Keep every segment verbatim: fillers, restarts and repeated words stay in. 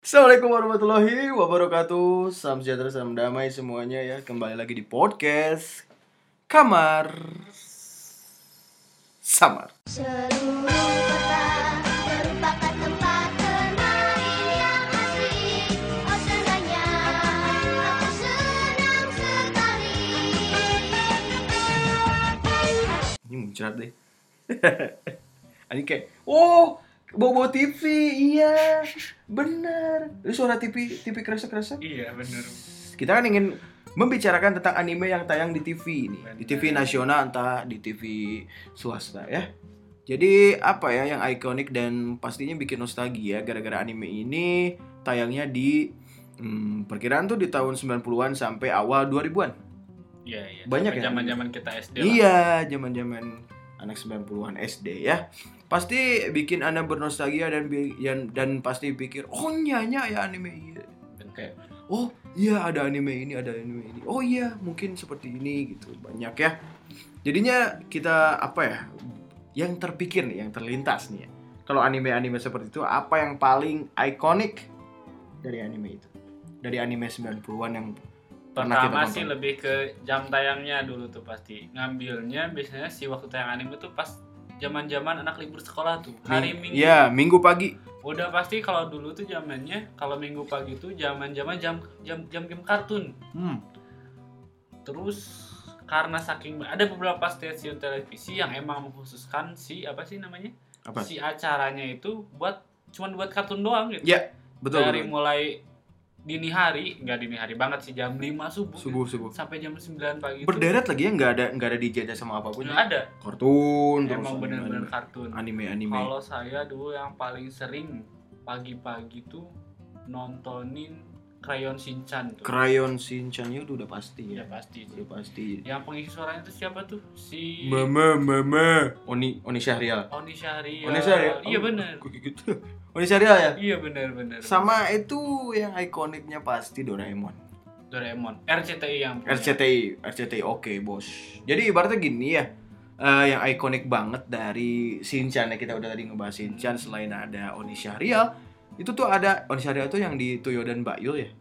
Assalamualaikum warahmatullahi wabarakatuh. Salam sejahtera, salam damai semuanya ya. Kembali lagi di podcast Kamar Samar. Seluruh kota merupakan tempat bermain yang asik. Oh senangnya, aku senang sekali. Ini muncrat deh. Ini kayak, oh, bawa-bawa T V, iya, benar. Itu suara T V, T V kerasa-kerasa. Iya bener. Kita kan ingin membicarakan tentang anime yang tayang di T V ini, di T V Benar. nasional entah di T V swasta ya. Jadi apa ya yang ikonik dan pastinya bikin nostalgia gara-gara anime ini tayangnya di hmm, perkiraan tuh di tahun sembilan puluhan sampai awal dua ribuan. Iya iya. Banyak ya? Zaman-zaman kita S D lah. Iya, zaman-zaman anak sembilan puluhan S D ya. Pasti bikin Anda bernostalgia dan bi- dan, dan pasti pikir, "Oh, nyanya ya anime ini." Bener. Kayak, "Oh, iya ada anime ini, ada anime ini. Oh iya, mungkin seperti ini gitu." Banyak ya. Jadinya kita apa ya? Yang terpikir nih, yang terlintas nih ya. Kalau anime-anime seperti itu, apa yang paling ikonik dari anime itu? Dari anime sembilan puluhan yang pernah kita Pertama tonton. sih lebih ke jam tayangnya dulu tuh pasti. Ngambilnya biasanya si waktu tayang anime tuh pas zaman-zaman anak libur sekolah tuh. Hari Ming- Minggu. Iya, Minggu pagi. Udah pasti kalau dulu tuh zamannya kalau Minggu pagi tuh zaman-zaman jam jam jam game kartun. Hmm. Terus karena saking ada beberapa stasiun televisi yang emang mengkhususkan si apa sih namanya? Apa? Si acaranya itu buat cuman buat kartun doang gitu. Ya, betul. Dari betul. mulai dini hari, nggak dini hari banget sih, jam lima subuh, Subuh, subuh. sampai jam sembilan pagi. Berderet lagi ya, nggak ada nggak ada dijajah sama apapun. Nggak ada. Kartun terus Emang bener-bener anime, kartun. anime anime. Kalau saya dulu yang paling sering pagi-pagi tuh nontonin Crayon Shinchan tuh. Crayon Shinchan-nya udah pasti ya. Ya pasti sih. Udah pasti. Yang pengisi suaranya tuh siapa tuh? Si Mama mama Oni Oni Syahrial. Oni Syahrial. Oni Syahrial. Iya Oh, bener. kok gitu. Oni Syahrial ya? Iya bener-bener. Sama itu yang ikoniknya pasti Doraemon. Doraemon. R C T I yang punya. R C T I, R C T I oke, bos. Jadi ibaratnya gini ya. eh, yang ikonik banget dari Shinchan ya, kita udah tadi ngebahas Shinchan. Selain ada Oni Syahrial, itu tuh ada Oni Syahrial tuh yang di Toyo dan Bayul ya.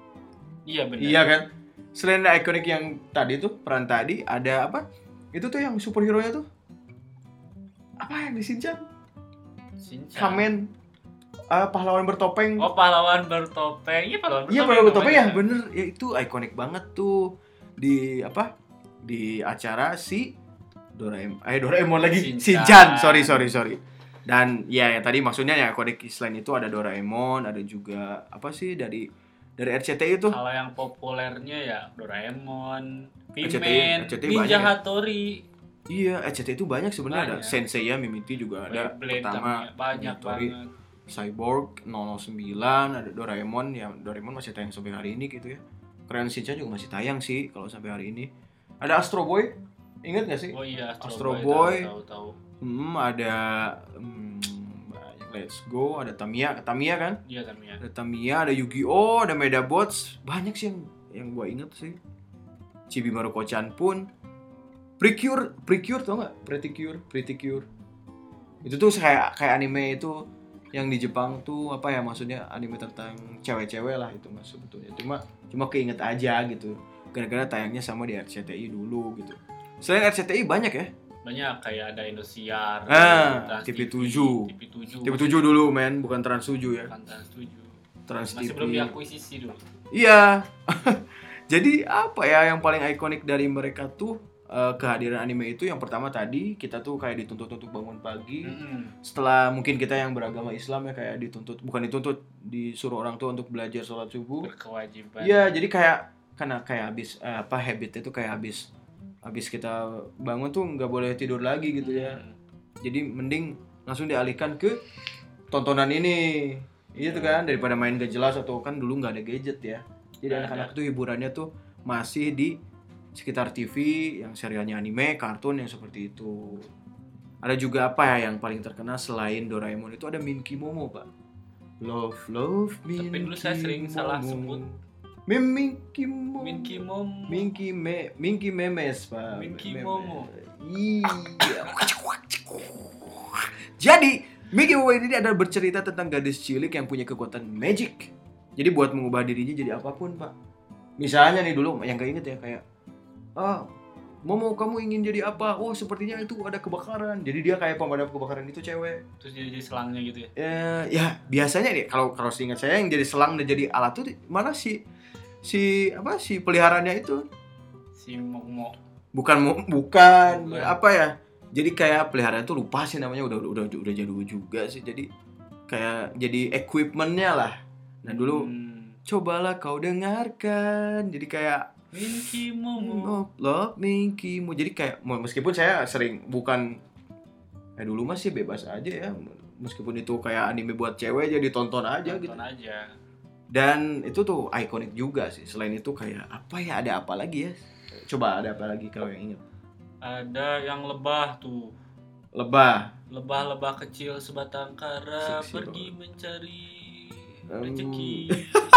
Iya bener. Iya kan? Selain ada ikonik yang tadi tuh, peran tadi, ada apa? Itu tuh yang superhero-nya tuh. Apa yang di Shinchan? Shinchan. Kamen. eh, pahlawan bertopeng. Oh pahlawan bertopeng. Iya pahlawan bertopeng. Iya, pahlawan bertopeng ya, namanya. bener. Ya itu ikonik banget tuh. Di apa? Di acara si Doraemon. Eh Doraemon lagi. Shinchan. Shinchan. Sorry, sorry, sorry. Dan ya, yang tadi maksudnya ya ikonik selain itu ada Doraemon, ada juga apa sih dari dari R C T I itu. Kalau yang populernya ya Doraemon, R C T I, Pimen, R C T I Ninja banyak ya. Hattori. Iya, R C T I itu banyak sebenarnya, ada Banyak. Sensei ya, Mimiti juga ada. Beyblade Pertama namanya, banyak Hattori, banget. Cyborg nol nol sembilan, ada Doraemon ya, Doraemon masih tayang sampai hari ini gitu ya. Crayon Shinchan juga masih tayang sih kalau sampai hari ini. Ada Astro Boy, ingat gak sih? Oh iya, Astro Astro, Boy. Boy. Tahu, tahu. Hmm, ada hmm, banyak. Let's Go, ada Tamiya, Tamiya kan? Iya kan ya. Ada Tamiya, ada Yu-Gi-Oh, ada Medabots, banyak sih yang yang gua inget sih. Chibi Maruko-chan pun, Precure, Precure tau nggak? Pretty Cure, Pretty Cure. Itu tuh kayak kayak anime itu yang di Jepang tuh apa ya, maksudnya anime tentang cewek-cewek lah itu mas sebetulnya. Cuma cuma keinget aja gitu. Gara-gara tayangnya sama di R C T I dulu gitu. Selain R C T I banyak ya. Banyak kayak ada Indosiar, Ah, Trans T V tujuh. T V tujuh. T V tujuh dulu men, bukan Trans tujuh ya. Bukan Trans tujuh. Trans Masih T V. belum diakuisisi dulu. Iya. Jadi apa ya yang paling ikonik dari mereka tuh eh, kehadiran anime itu, yang pertama tadi kita tuh kayak dituntut untuk bangun pagi. Mm-mm. Setelah mungkin kita yang beragama Islam ya kayak dituntut, bukan dituntut, disuruh orang tua untuk belajar sholat subuh. Berkewajiban. Iya, jadi kayak karena kayak habis eh, apa habit itu kayak habis habis kita bangun tuh nggak boleh tidur lagi gitu ya. Mm. Jadi mending langsung dialihkan ke tontonan ini. Iya tuh kan, daripada main gak jelas atau kan dulu nggak ada gadget ya. Jadi Nggak anak-anak ada. tuh hiburannya tuh masih di sekitar T V yang serialnya anime, kartun yang seperti itu. Ada juga apa ya yang paling terkenal selain Doraemon itu ada Minky Momo, Pak. Love, love, Minky. Tapi dulu saya sering salah sebut. Mim Minky Momo. Minky Momo. Minky me Minky Memes, Pak. Minky Memes. Momo. Iya. Jadi Mickey Momo ini adalah bercerita tentang gadis cilik yang punya kekuatan magic. Jadi buat mengubah dirinya jadi apapun, Pak. Misalnya nih dulu yang keinget ya kayak, ah, Momo kamu ingin jadi apa? Oh sepertinya itu ada kebakaran. Jadi dia kayak pemadam kebakaran itu cewek. Terus jadi, jadi selangnya gitu ya. Eh, ya biasanya nih kalau kalau seingat saya yang jadi selang dan jadi alat tuh mana si si apa si peliharaannya itu? Si Momo. Bukan mo- bukan Bukan. apa ya? Jadi kayak peliharaan tuh lupa sih namanya udah udah udah jadul juga sih. Jadi kayak jadi equipmentnya lah. Nah dulu Hmm. cobalah kau dengarkan. Jadi kayak Minky Momo. Love, love Minky Mo. Jadi kayak meskipun saya sering bukan eh dulu masih bebas aja ya. Meskipun itu kayak anime buat cewek jadi tonton aja gitu. Tonton aja. Dan itu tuh ikonik juga sih. Selain itu kayak apa ya? Ada apa lagi ya? Coba ada apa lagi kalau yang ingat? Ada yang lebah tuh. Lebah. Lebah-lebah kecil sebatang kara Seksi pergi mencari Um, rezeki.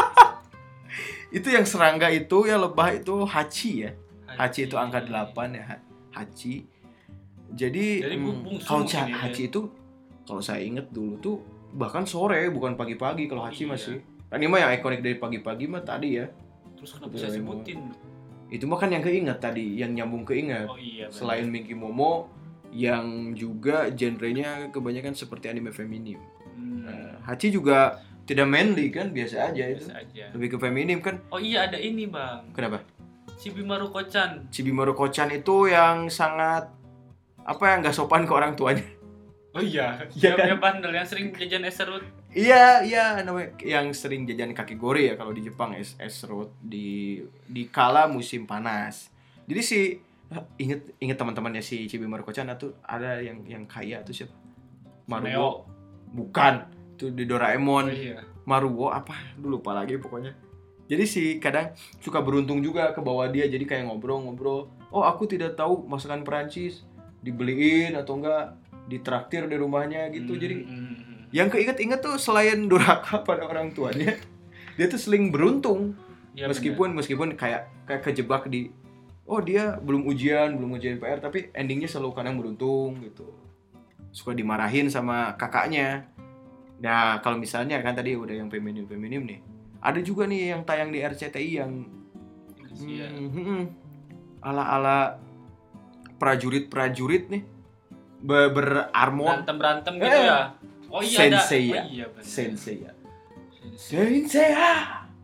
Itu yang serangga itu ya lebah itu Hachi ya. Hachi itu Hachi. angka delapan ya. Ha- Hachi. Jadi, Jadi hmm, bungsu kalau mungkin Ca- ya. Hachi itu kalau saya inget dulu tuh bahkan sore bukan pagi-pagi kalau Oh, Hachi iya. masih. Kan ini mah yang ikonik dari pagi-pagi mah tadi ya. Terus kenapa Betul, saya emang. sebutin? Itu mah kan yang keinget tadi, yang nyambung keinget. Oh iya. benar. Selain Minky Momo yang juga genrenya kebanyakan seperti anime feminim. Hmm, Nah, Hachi juga tidak manly kan, biasa aja itu. biasa aja. Lebih ke feminim kan. Oh iya ada ini bang. Kenapa? Chibimaru-chan. Chibimaru-chan itu yang sangat apa yang nggak sopan ke orang tuanya. Oh iya. Iya Dia kan? dia bandel yang sering jajan es serut. Iya, iya namanya yang sering jajan kakigori ya kalau di Jepang es es serut di di kala musim panas. Jadi si inget inget teman-temannya si Chibimaru-chan itu ada yang yang kaya tuh siapa? Maruo. Neo. Bukan. Itu di Doraemon. Oh iya. Maruo apa? Dulu lupa lagi pokoknya. Jadi sih kadang suka beruntung juga ke bawah dia jadi kayak ngobrol-ngobrol. Oh, aku tidak tahu masakan Perancis. Dibeliin atau enggak ditraktir di rumahnya gitu. Hmm, Jadi hmm, hmm. yang keinget-inget tuh selain durhaka pada orang tuanya, dia tuh sering beruntung. Ya, meskipun meskipun kayak kayak kejebak di oh dia belum ujian, belum ujian P R tapi endingnya selalu kadang beruntung gitu. Suka dimarahin sama kakaknya. Nah, kalau misalnya kan tadi udah yang feminim-feminim nih. Ada juga nih yang tayang di R C T I yang benar. Iya. hmm, hmm, hmm, ala-ala prajurit-prajurit nih Be- berarmor Berantem berantem gitu Eh. ya. Oh iya Sensei ada. ya. Oh iya benar. sensei ya. Sensei. Sensei ya.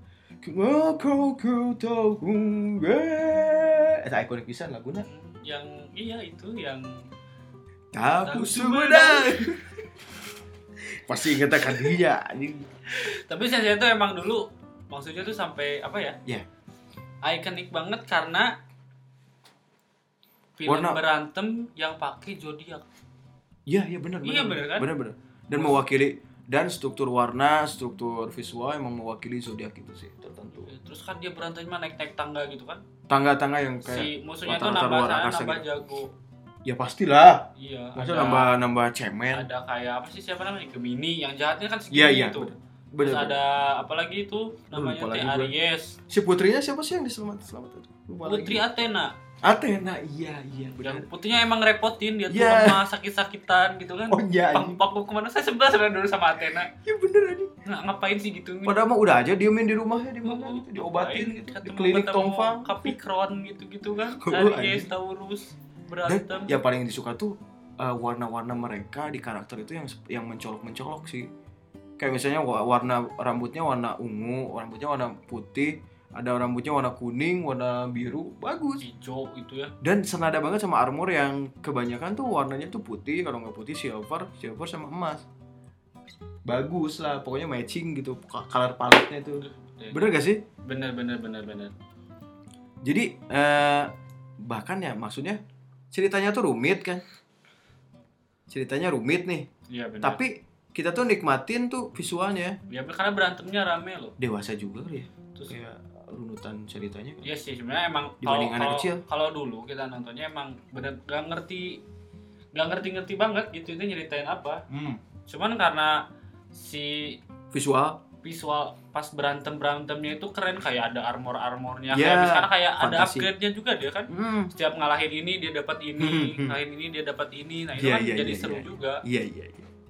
Kau ku tahu eh ikonik pisan laguna. Yang iya itu yang Tahu Tahu Sumedang. Pasti inget akan dia anjing. tapi Sensei itu emang dulu maksudnya tuh sampai apa ya? Iya. Ikonik banget karena film Warna- berantem yang pakai zodiak. Iya, iya benar Iya, benar kan? Benar benar. Dan mewakili dan struktur warna, struktur visual emang mewakili zodiak itu sih tertentu. Terus kan dia berantemnya naik-naik tangga gitu kan? Tangga-tangga yang kayak Si musuhnya tuh rata-rata nambah luar sana, angkasa nambah gitu. jago. Ya pastilah. Iya. Masa ada- nambah nambah cemen. Ada kayak apa sih siapa namanya? Gemini yang jahatnya kan segini Iya, iya. itu. Benar. Terus Benar. ada apa lagi itu namanya lupa teh lagi gua. Aries. Si putrinya siapa sih yang diselamat selamat itu? Lupa Putri lagi. Athena. Athena, iya iya benar. Yang putrinya emang repotin dia tuh Iya. lemah sakit-sakitan gitu kan. Oh iya. Pak Pak kemana saya sebelah sebenarnya dulu sama Athena. Iya bener anjing. Nggak ngapain sih gitu. Padahal mah udah aja diemin di rumahnya di mana gitu, diobatin Ngapain? gitu. Di Ketemu- klinik ketemu Tongfang. Capicron gitu-gitu kan. Oh, Aries, anjing. Taurus, Dan berantem. yang paling disuka tuh uh, warna-warna mereka di karakter itu yang yang mencolok-mencolok sih. Kayak misalnya wa- warna rambutnya warna ungu, rambutnya warna putih, ada rambutnya warna kuning, warna biru, bagus. Hijau gitu ya. Dan senada banget sama armor yang kebanyakan tuh warnanya tuh putih, kalau nggak putih silver, silver sama emas. Bagus lah, pokoknya matching gitu, color palette-nya tuh. Bener gak sih? Bener bener bener bener. Jadi eh, bahkan ya maksudnya ceritanya tuh rumit kan. Ceritanya rumit nih, Iya bener. tapi kita tuh nikmatin tuh visualnya. ya karena berantemnya rame loh. Dewasa juga kali ya, Terus kayak runutan ceritanya. iya sih sebenarnya emang kalau Dibanding anak kalau- kecil. kalau dulu kita nontonnya emang bener gak ngerti gak ngerti-ngerti banget gitu itu nyeritain apa. Hmm. Cuman karena si Visual, visual pas berantem berantemnya itu keren kayak ada armor armornya Ya, kayak misalnya kayak ada fantasi. upgrade-nya juga dia kan. hmm. Setiap ngalahin ini dia dapat ini, Hmm. ngalahin ini dia dapat ini. Nah, itu Iya, kan iya, jadi iya, seru iya. juga. Iya iya iya.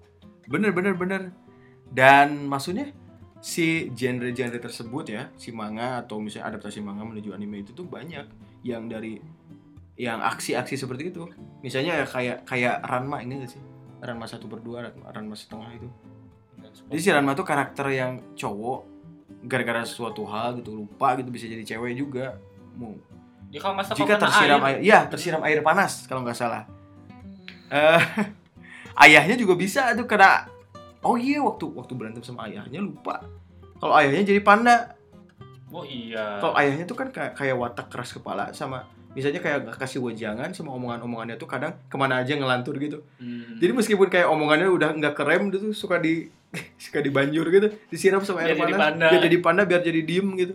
Bener bener bener. Dan maksudnya si genre-genre tersebut ya, si manga atau misalnya adaptasi manga menuju anime itu tuh banyak yang dari yang aksi-aksi seperti itu. Misalnya ya kayak kayak Ranma ini gak sih? Ranma satu per dua, Ranma, Ranma setengah itu. Jadi si Ranma tuh karakter yang cowok gara-gara suatu hal gitu lupa gitu bisa jadi cewek juga. Mau Ya kalau nggak salah jika kok kena tersiram air. air, ya tersiram air panas kalau nggak salah. Eh, ayahnya juga bisa tuh kena. Oh iya waktu waktu berantem sama ayahnya lupa. Kalau ayahnya jadi panda. Oh iya. Kalau ayahnya tuh kan kayak, kayak watak keras kepala sama misalnya kayak gak kasih wejangan sama omongan-omongannya tuh kadang kemana aja ngelantur gitu. Hmm. Jadi meskipun kayak omongannya udah nggak kerem tuh suka di suka dibanjur gitu, disiram sama air Biar jadi panas. panda. Biar jadi panda biar jadi diem gitu.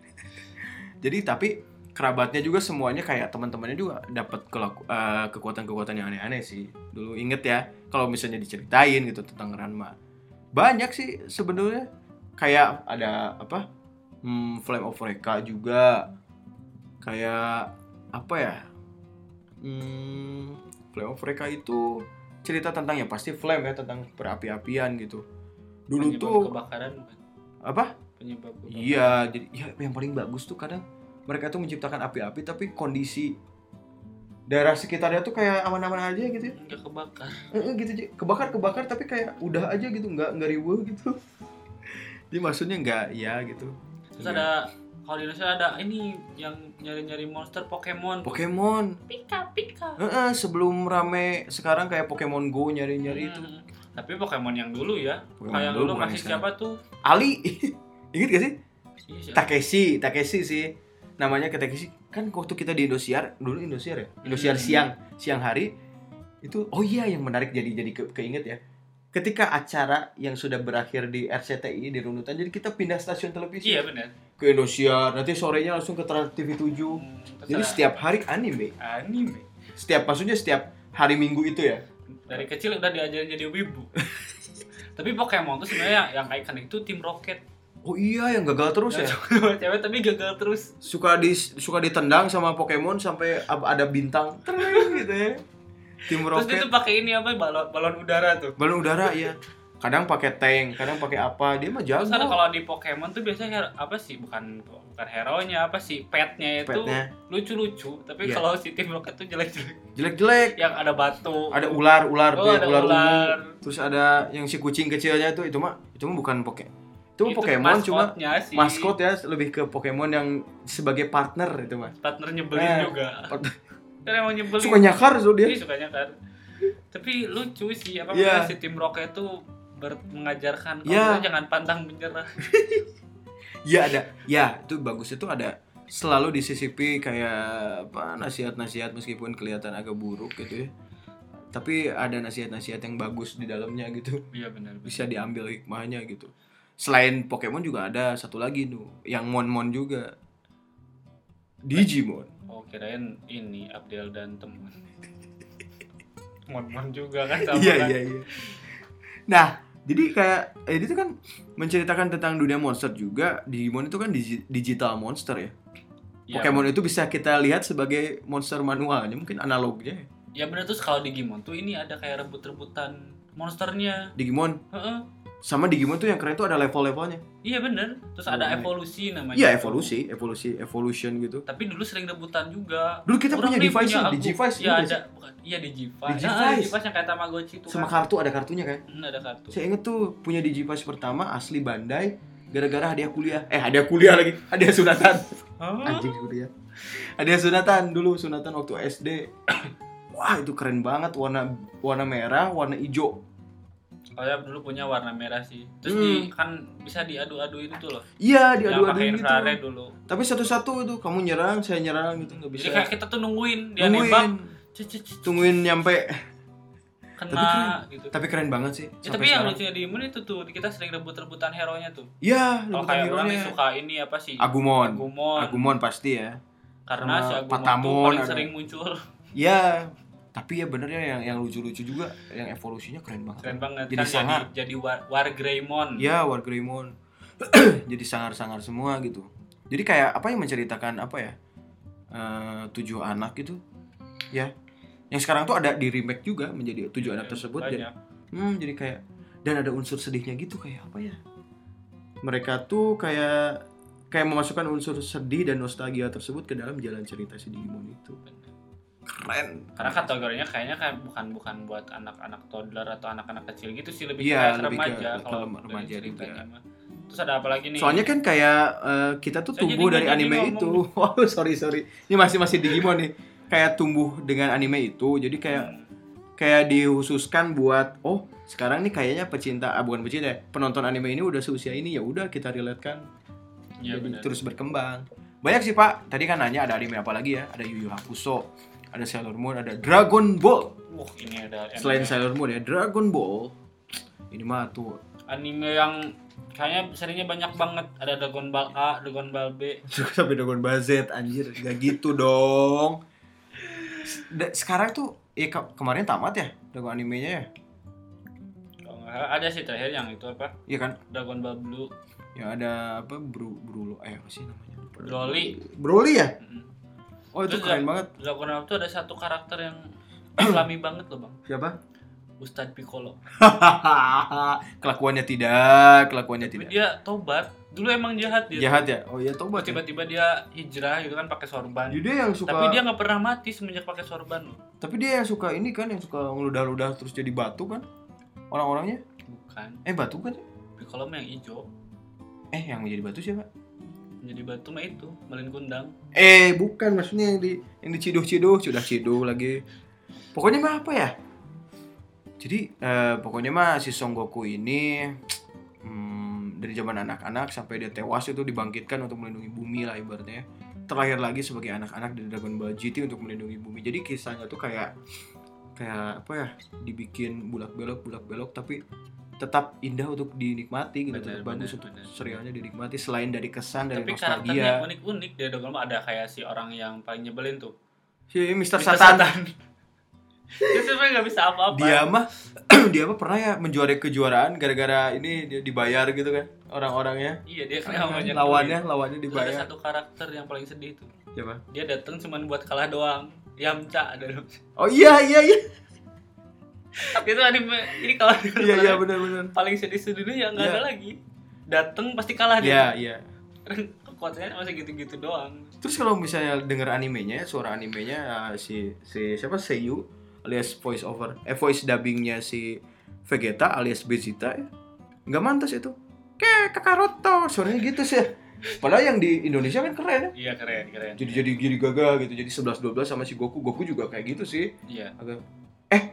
Jadi tapi kerabatnya juga semuanya kayak teman-temannya juga dapat kelaku- eh, kekuatan-kekuatan yang aneh-aneh sih. Dulu inget ya kalau misalnya diceritain gitu tentang Ranma. Banyak sih sebenarnya kayak ada apa? Hmm, Flame of Recca juga. Kayak apa ya? Hmm, Flame of Recca itu cerita tentang ya pasti flame ya tentang berapi-apian gitu. Dulu Penyebab tuh kebakaran bukan? apa? Penyebab kebakaran. Iya, jadi ya yang paling bagus tuh kadang mereka tuh menciptakan api-api tapi kondisi daerah sekitarnya tuh kayak aman-aman aja gitu. Nggak kebakar. Eh, eh, gitu aja. Kebakar-kebakar tapi kayak udah aja gitu, nggak nggak riuh gitu. Jadi maksudnya nggak ya gitu. Terus ada kalau di Indonesia ada ini yang nyari-nyari monster Pokemon. Pokemon. Pika Pika. Eh, eh, sebelum rame sekarang kayak Pokemon Go nyari-nyari itu. Hmm. Tapi Pokemon yang dulu ya. Pokemon Kayak dulu dulu bukan masih yang sekarang. siapa tuh? Ali. Ingat gak sih? Iya, siapa? Takeshi, Takeshi sih. Namanya ke Takeshi. Kan waktu kita di Indosiar, dulu Indosiar ya. Indosiar Hmm. siang, siang hari itu oh iya yang menarik jadi jadi ke, keinget ya. Ketika acara yang sudah berakhir di R C T I di Runutan, jadi kita pindah stasiun televisi Iya benar. ke Indosiar. Nanti sorenya langsung ke Trans T V tujuh. Hmm, terus Jadi ada setiap hari anime. anime. Setiap maksudnya setiap hari Minggu itu ya. Dari kecil udah diajarin jadi wibu. Tapi Pokemon tuh sebenarnya yang ikonik itu Team Rocket. Oh iya yang gagal terus ya. Cewek tapi gagal terus. Suka di suka ditendang sama Pokemon sampai ab- ada bintang tereng gitu ya. Tim Terus dia Rocket tuh pakai ini apa balon balon udara tuh. balon udara ya. Kadang pakai tank, kadang pakai apa. Dia mah Terus ada jago. kalau di Pokemon tuh biasanya hero- apa sih bukan bukan hero-nya apa sih petnya itu Petnya. lucu-lucu tapi Iya. kalau si Team Rocket tuh jelek-jelek Jelek-jelek. yang ada batu Ada ular, ular Oh, tuh, ada ular, ular. ungu. Terus ada yang si kucing kecilnya tuh itu mah itu mah bukan Poke. Itu, Itu Pokemon cuma maskotnya sih. maskot ya, lebih ke Pokemon yang sebagai partner itu mah. partner nyebelin Eh, juga part- kan emang nyebelin Suka nyakar tuh dia. Iya, sukanya kan tapi lucu sih apa Iya. namanya si Team Rocket tuh ber- mengajarkan kalau Iya. kita jangan pantang menyerah. Ya ada, ya itu bagus itu ada selalu disisipi kayak apa nasihat-nasihat meskipun kelihatan agak buruk gitu ya. Tapi ada nasihat-nasihat yang bagus di dalamnya gitu. Iya benar. Bisa diambil hikmahnya gitu. Selain Pokemon juga ada satu lagi tuh, yang Mon-Mon juga. Digimon. Oh kirain ini Abdel dan teman. Mon-mon juga kan sama Iya kan? iya iya. Nah, jadi kayak eh, itu kan menceritakan tentang dunia monster juga. Digimon itu kan digi- digital monster ya. Iya. Pokemon itu bisa kita lihat sebagai monster manualnya, mungkin analognya ya. Ya benar terus kalau Digimon tuh ini ada kayak rebut-rebutan monsternya. Digimon Heeh. sama Digimon tuh yang keren tuh ada level-levelnya. Iya bener. Terus ada Oh, evolusi namanya. Iya evolusi, evolusi, evolution gitu. Tapi dulu sering rebutan juga. Dulu kita Orang punya nih device punya di aku- Digivice, Iya ingat ada, sih? bukan. Iya Digivice. Digivice. Nah, Digivice yang kayak Tamagotchi itu Sama kan. kartu ada kartunya kan. Hmm, ada kartu. Saya inget tuh punya Digivice pertama asli Bandai gara-gara hadiah kuliah. Eh hadiah kuliah lagi, hadiah sunatan. Hah? Anjing kuliah. Hadiah sunatan dulu sunatan waktu S D. Wah itu keren banget warna warna merah, warna hijau. Saya dulu punya warna merah sih. Terus Hmm. di kan bisa diadu-aduin itu loh. Iya Yang pakai diadu-aduin gitu. infrared dulu. Tapi satu-satu itu kamu nyerang, saya nyerang gitu nggak bisa. Jadi kayak kita tuh nungguin dia Tungguin, nembak, cicit, cicit, tungguin nyampe. kena Tapi keren. gitu. Tapi keren banget sih. Ya, sampai tapi yang sekarang. lucunya di Imun itu tuh kita sering rebut-rebutan hero-nya tuh. Iya, Kalau rebutan kayak orang hero-nya. nih suka ini apa sih? Agumon. Agumon. Agumon pasti ya. Karena Sama si Agumon tuh Patamon paling ada. sering muncul. Iya. Tapi ya bener ya yang yang lucu-lucu juga, yang evolusinya keren banget. Keren banget Jadi kan sangar. jadi jadi war, Wargreymon. Iya, Wargreymon. Jadi sangar-sangar semua gitu. Jadi kayak apa yang menceritakan apa ya? Eh, tujuh anak gitu. Ya. Yang sekarang tuh ada di remake juga menjadi tujuh anak tersebut. Jadi, Banyak. hmm, jadi kayak dan ada unsur sedihnya gitu, kayak apa ya? Mereka tuh kayak kayak memasukkan unsur sedih dan nostalgia tersebut ke dalam jalan cerita si Digimon itu. Keren. Karena kategorinya kayaknya kayak bukan bukan buat anak-anak toddler atau anak-anak kecil gitu sih, lebih Iya, kayak lebih ke- remaja ke kalau remaja dari juga. ceritanya mah. Terus ada apa lagi nih? Soalnya kan kayak eh, kita tuh Saya tumbuh jadi dari nggak jadi anime ngomong. itu. Wow, sorry sorry. Ini masih masih Digimon nih. Kayak tumbuh dengan anime itu. Jadi kayak Hmm. kayak dihususkan buat oh sekarang nih kayaknya pecinta ah, bukan pecinta ya, penonton anime ini udah seusia ini, ya udah kita relate kan. Iya, Jadi benar. terus berkembang. Banyak sih Pak. Tadi kan nanya ada anime apa lagi ya? Ada Yu Yu Hakusho, ada Sailor Moon, ada Dragon Ball. Wah, ini ada anime. Selain Sailor Moon ya, Dragon Ball. Ini mah tuh anime yang kayaknya serinya banyak banget. Ada Dragon Ball A, Dragon Ball B. sampai Dragon Ball Z, anjir, gak gitu dong. Da- Sekarang tuh, eh ke- kemarin tamat ya Dragon animenya ya? Kalau nggak salah, ada sih terakhir yang itu apa? Iya kan? Dragon Ball Blue, Ya ada apa Bru Brulo, eh apa sih namanya? Broly. Broly ya? Mm-mm. Oh itu Terus keren ya- banget. Dragon Ball itu ada satu karakter yang islami banget loh bang, Siapa? Ustadz Piccolo. Kelakuannya tidak, kelakuannya Tapi tidak. dia tobat. Dulu emang jahat dia. Jahat ya? Oh iya tobat. Ya. Tiba-tiba dia hijrah gitu kan pakai sorban. Jadi dia yang suka. Tapi dia nggak pernah mati semenjak pakai sorban loh. Tapi dia yang suka ini kan, yang suka ngeludah-ludah terus jadi batu kan? Orang-orangnya? Bukan. Eh batu kan? Piccolo mah yang hijau. Eh yang menjadi batu siapa? Menjadi batu mah itu, Malin Kundang. Eh bukan, maksudnya yang di yang diciduh-ciduh, sudah ciduh lagi. Pokoknya mah apa ya? Jadi eh, pokoknya mah si Son Goku ini hmm, dari zaman anak-anak sampai dia tewas itu dibangkitkan untuk melindungi bumi lah ibaratnya. Terlahir lagi sebagai anak-anak dari Dragon Ball G T untuk melindungi bumi. Jadi kisahnya tuh kayak kayak apa ya? Dibikin bulak-belok bulak-belok tapi tetap indah untuk dinikmati gitu, Bener, tetap bagus bener, untuk bener. serialnya dinikmati selain dari kesan dari Tapi karakternya nostalgia. unik-unik dia Dragon Ball. Ada kayak si orang yang paling nyebelin tuh, Si Mister Mister Satan. Dia sebenarnya nggak bisa apa-apa. Dia mah dia mah pernah ya menjuarai kejuaraan gara-gara ini dia dibayar gitu kan orang-orangnya. Iya, dia kan yang banyak lawannya duit. lawannya Terus ada dibayar. satu karakter yang paling sedih tuh. Siapa? Dia datang cuma buat kalah doang. Yamcha ada. Oh iya iya iya. Itu anime ini kalau Iya iya benar-benar. paling sedih sedunia nggak Iya. ada lagi. Datang pasti kalah Iya dia. iya. Kekuatannya masih gitu-gitu doang. Terus kalau misalnya denger animenya, suara animenya uh, si si siapa Seiyu alias voice over eh voice dubbingnya si Vegeta alias Vegeta ya. Nggak mantas itu. Kayak Kakaroto, suaranya gitu sih. Padahal yang di Indonesia kan keren ya. Iya, keren, keren. Jadi jadi giri gagah gitu. Jadi sebelas dua belas sama si Goku. Goku juga kayak gitu sih. Iya. Agak eh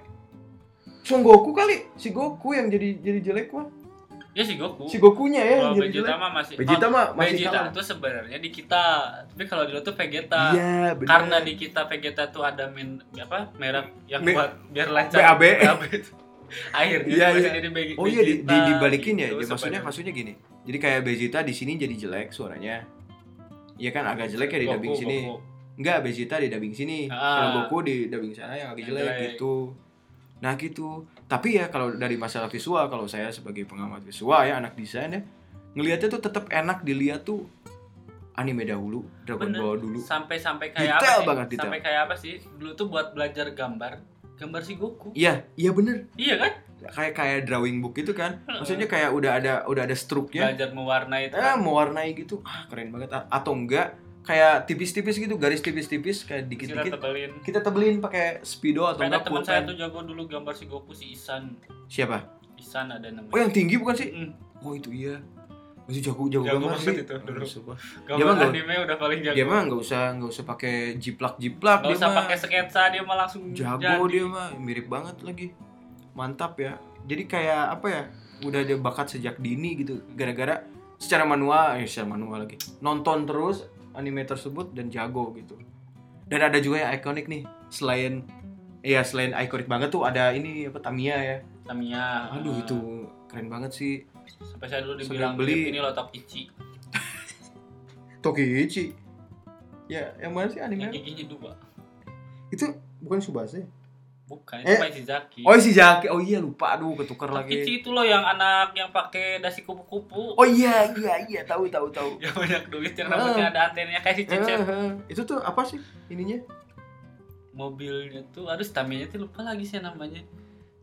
Son Goku kali, si Goku yang jadi jadi jelek mah. Ya si Goku. Si Gokunya ya Kalau yang jadi Vegeta jelek. mah masih Vegeta oh, mah masih Vegeta kalah. itu sebenarnya di kita, tapi kalau di luar tuh Vegeta. Iya, benar. Karena di kita Vegeta tuh ada min, apa merek yang Me- buat biar lancar. B A B. B A B itu. Akhirnya Iya, masih iya. jadi Vegeta. Oh iya di, di dibalikin ya. gitu Dia maksudnya sebenarnya. maksudnya gini. Jadi kayak Vegeta di sini jadi jelek suaranya. Iya kan agak jelek ya di Goku, dubbing sini. Goku. Enggak, Vegeta di dubbing sini. Ah. Kalau Goku di dubbing sana yang agak Yang jelek, jelek. gitu. Nah gitu. Tapi ya kalau dari masalah visual, kalau saya sebagai pengamat visual ya, anak desain ya, ngelihatnya tuh tetap enak dilihat tuh anime dahulu, Dragon Bener. Ball dulu. Sampai-sampai kayak Detail apa sih? banget, detail. Sampai kayak apa sih? Dulu tuh buat belajar gambar, gambar si Goku. Iya, iya bener. Iya kan? Kayak kayak drawing book gitu kan. Maksudnya kayak udah ada udah ada struknya. Belajar mewarnai itu. Eh, kan. mewarnai gitu. Ah, keren banget. A- Atau enggak kayak tipis-tipis gitu, garis tipis-tipis kayak Kita dikit-dikit. tebelin. Kita tebelin pakai speedo atau Ada enggak teman saya pulpen. tuh jago dulu gambar si Goku, si Isan. Siapa? Isan ada namanya. Oh, yang tinggi bukan sih? Mm. Oh, itu iya. Masih jago jago, Jago gambar banget sih. itu dulu. Oh, sumpah. Dia mah Gambar nggak- anime udah paling jago. Dia mah enggak usah enggak usah pakai jiplak-jiplak Gak dia usah mah. pakai sketsa, dia mah langsung Jago jadi. dia mah, mirip banget lagi. Mantap ya. Jadi kayak apa ya? Udah ada bakat sejak dini gitu. Gara-gara secara manual, eh secara manual lagi. Nonton terus anime tersebut dan jago gitu. Dan ada juga yang ikonik nih. Selain ya selain ikonik banget tuh ada ini apa Tamiya ya. Tamiya. Aduh eh, itu keren banget sih. Sampai saya dulu Sampai dibilang beli. beli ini loh Tokichi. Tokiichi. Ya, yang mana sih Yang anime? giginya dua. Itu bukan Tsubasa ya? Bukan, Eh. itu Maizaki. Oh si Jaki. Oh iya lupa, aduh ketukar lagi. Tokichi itu loh yang anak yang pakai dasi kupu-kupu. Oh iya iya iya tahu tahu tahu. Yang banyak duit yang Ah. rambutnya ada antenanya kayak si Eh, Cecep. eh, itu tuh apa sih ininya? Mobilnya tuh, aduh Tamiya tuh lupa lagi sih namanya.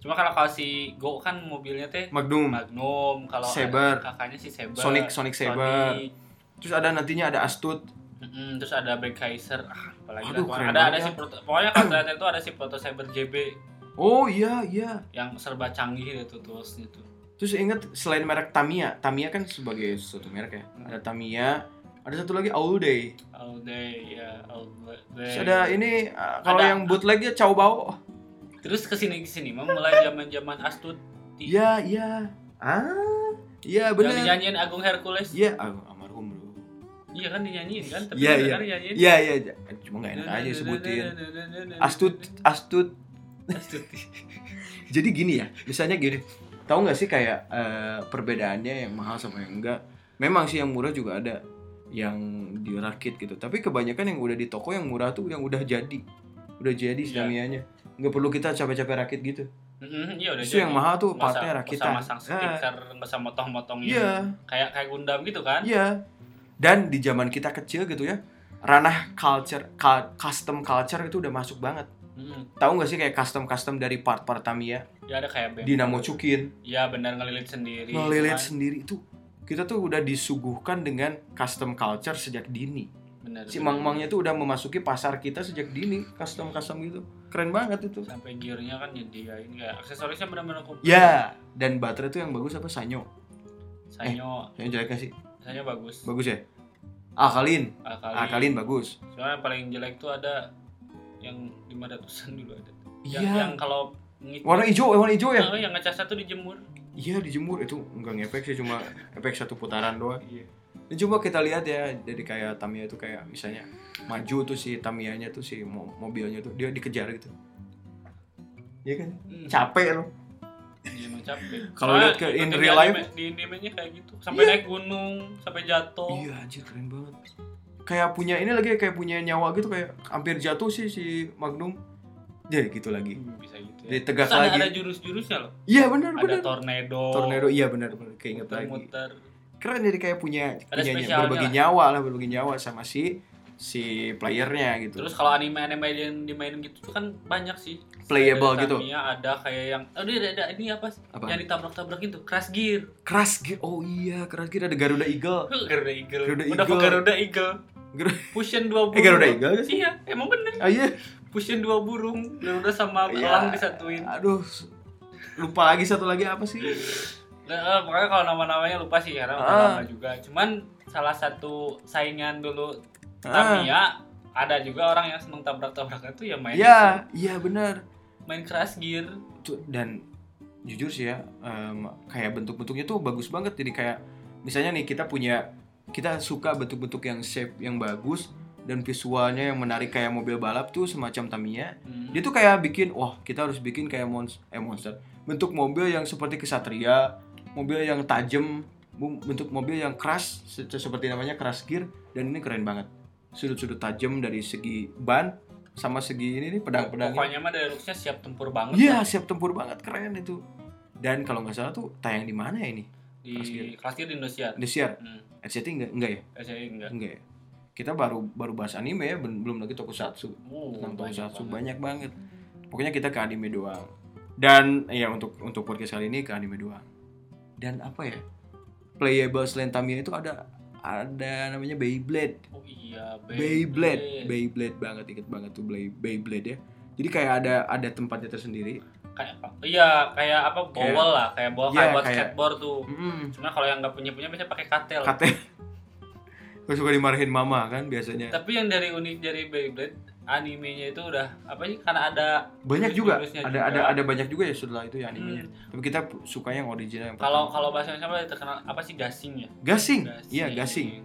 Cuma kalau kalau si Go kan mobilnya teh Magnum, Magnum, kalau Saber. ada kakaknya si Saber, Sonic Sonic Saber. Sonic. Terus ada nantinya ada Astut. Mm-mm, terus ada Berkheiser, ah, apalagi Aduh, lah. keren ada ada banget si ya. proto, pokoknya kalau ternyata itu ada si Proto Saber J B Oh iya iya. yang serba canggih itu toolsnya tuh. Terus inget selain merek Tamiya, Tamiya kan sebagai suatu merek ya. Ada Tamiya, ada satu lagi All Day. All day ya, all day. Terus ada ini uh, kalau Ada- yang bootlegnya Chow Bao. Terus kesini kesini mah mulai zaman zaman Astuti. Iya iya. Ah iya Yang benar. dinyanyiin Agung Hercules. Iya Agung almarhum bro. Iya kan dinyanyiin kan, tapi Iya bener iya. kan dinyanyiin. Iya iya. Cuma nggak enak aja sebutin. Astut Astut. Astuti. Jadi gini ya, misalnya gini. Tahu nggak sih kayak eh, perbedaannya yang mahal sama yang enggak? Memang sih yang murah juga ada yang dirakit gitu. Tapi kebanyakan yang udah di toko yang murah tuh yang udah jadi. Udah jadi si Iya. Tamiya-nya. Nggak perlu kita capek-capek rakit gitu. Mm-mm, iya udah Itu yang mahal tuh Nggak usah- partnya nggak rakitan. usah masang stiker, nggak usah motong-motongin. Iya. Kayak kayak Gundam gitu kan. Iya. Dan di zaman kita kecil gitu ya, ranah culture, cu- custom culture itu udah masuk banget. Mm-mm. Tahu nggak sih kayak custom-custom dari part-part Tamiya, Ya ada kayak band. Dinamo Chukin, Iya benar ngelilit sendiri. ngelilit cuman- sendiri itu. Kita tuh udah disuguhkan dengan custom culture sejak dini. Bener, Si bener. mang-mangnya tuh udah memasuki pasar kita sejak dini, custom-custom gitu. Keren banget itu. Sampai gearnya kan nyediain kayak aksesorisnya benar-benar komplit. Ya, dan baterai tuh yang bagus apa Sanyo? Sanyo, Sanyo jelek gak sih? Sanyo bagus. Bagus ya? Alkalin, Alkali. Alkalin bagus. Soalnya yang paling jelek tuh ada yang lima ratusan dulu ada. Yang, Iya. yang kalau ngit- Warna hijau, warna hijau ya? Oh, yang ngecasnya tuh dijemur. Iya dijemur itu enggak ngefek sih, cuma efek satu putaran doang. Iya. Dan coba kita lihat ya, jadi kayak Tamiya itu kayak misalnya maju tuh si Tamiya-nya tuh si mo- mobilnya tuh dia dikejar gitu. Iya kan? Hmm. Capek loh. Iya emang capek. Kalau Soalnya lihat ke in ikutin real di life- anime- di animenya kayak gitu. Sampai Iya. naik gunung, sampai jatuh. Iya anjir keren banget. Kayak punya ini lagi kayak punya nyawa gitu, kayak hampir jatuh sih si Magnum. Jadi gitu lagi. Hmm, bisa gitu ya. Jadi tegak Terus ada, lagi. ada jurus-jurusnya loh. Iya benar Ada benar. tornado. Tornado iya benar benar keinget lagi. Muter-muter. Keren jadi kayak punya Ada punya spesialnya berbagi lah. nyawa lah, berbagi nyawa sama si si playernya gitu. Terus kalau anime-anime yang dimainin gitu tuh kan banyak sih. Playable Dari gitu. Tamiya ada kayak yang oh dia ada, ada ini apa sih? Apa? Yang ditabrak-tabrak itu, Crash Gear. Crash Gear. Oh iya, Crash Gear ada Garuda Eagle. Garuda Eagle. Garuda Udah Eagle. Garuda Eagle. Garuda Pushen dua burung. Eh, Garuda Eagle gak sih? Iya, emang bener. Ah iya. Pushen dua burung. Garuda sama Iya. elang disatuin. Aduh. Lupa lagi satu lagi apa sih? Nah, pokoknya kalau nama-namanya lupa sih karena udah Ah. lama juga. Cuman salah satu saingan dulu Ah. Tamiya ada juga orang yang seneng tabrak-tabrakan tuh ya main Iya, iya benar. main Crash Gear. Tuh, dan jujur sih ya, em, kayak bentuk-bentuknya tuh bagus banget. Jadi kayak misalnya nih kita punya kita suka bentuk-bentuk yang shape yang bagus dan visualnya yang menarik kayak mobil balap tuh semacam Tamiya. Hmm. Dia tuh kayak bikin, wah kita harus bikin kayak monster, eh monster. Bentuk mobil yang seperti Ksatria, mobil yang tajam, bu- bentuk mobil yang keras se- seperti namanya Crash Gear, dan ini keren banget. Sudut-sudut tajam dari segi ban sama segi ini nih pedang-pedangnya. Pokoknya mah dari looks-nya siap tempur banget Iya, lah. siap tempur banget, keren itu. Dan kalau nggak salah tuh tayang di mana ya ini? Di Crash Gear. Crash Gear di Indosiar. Indosiar. Hmm. R C T enggak enggak ya? Eh, saya enggak. Enggak ya. Kita baru baru bahas anime ya, belum belum lagi tokusatsu. Uh, Tentang banyak tokusatsu banget. banyak banget. Pokoknya kita ke anime doang. Dan ya untuk untuk podcast kali ini ke anime doang. Dan apa ya? Playable selain Tamiya itu ada ada namanya Beyblade. Oh iya, Beyblade, Beyblade banget, inget banget tuh Blade- Beyblade ya. Jadi kayak ada ada tempatnya tersendiri. Kayak iya, kayak apa? Kayak- Bowel lah, kayak bowel Iya, kayak buat kayak- skateboard tuh. Mm-mm. Cuma kalau yang nggak punya punya biasanya pakai katel. Kate. Gue suka dimarahin mama kan biasanya. Tapi yang dari unik dari Beyblade animenya itu udah apa sih? Karena ada Banyak juga, jurus-jurusnya ada juga. ada ada banyak juga ya setelah itu ya animenya. Tapi kita suka yang original yang Kalau pertama. kalau bahasa Indonesia terkenal apa sih gasing ya? gasing. Iya, gasing.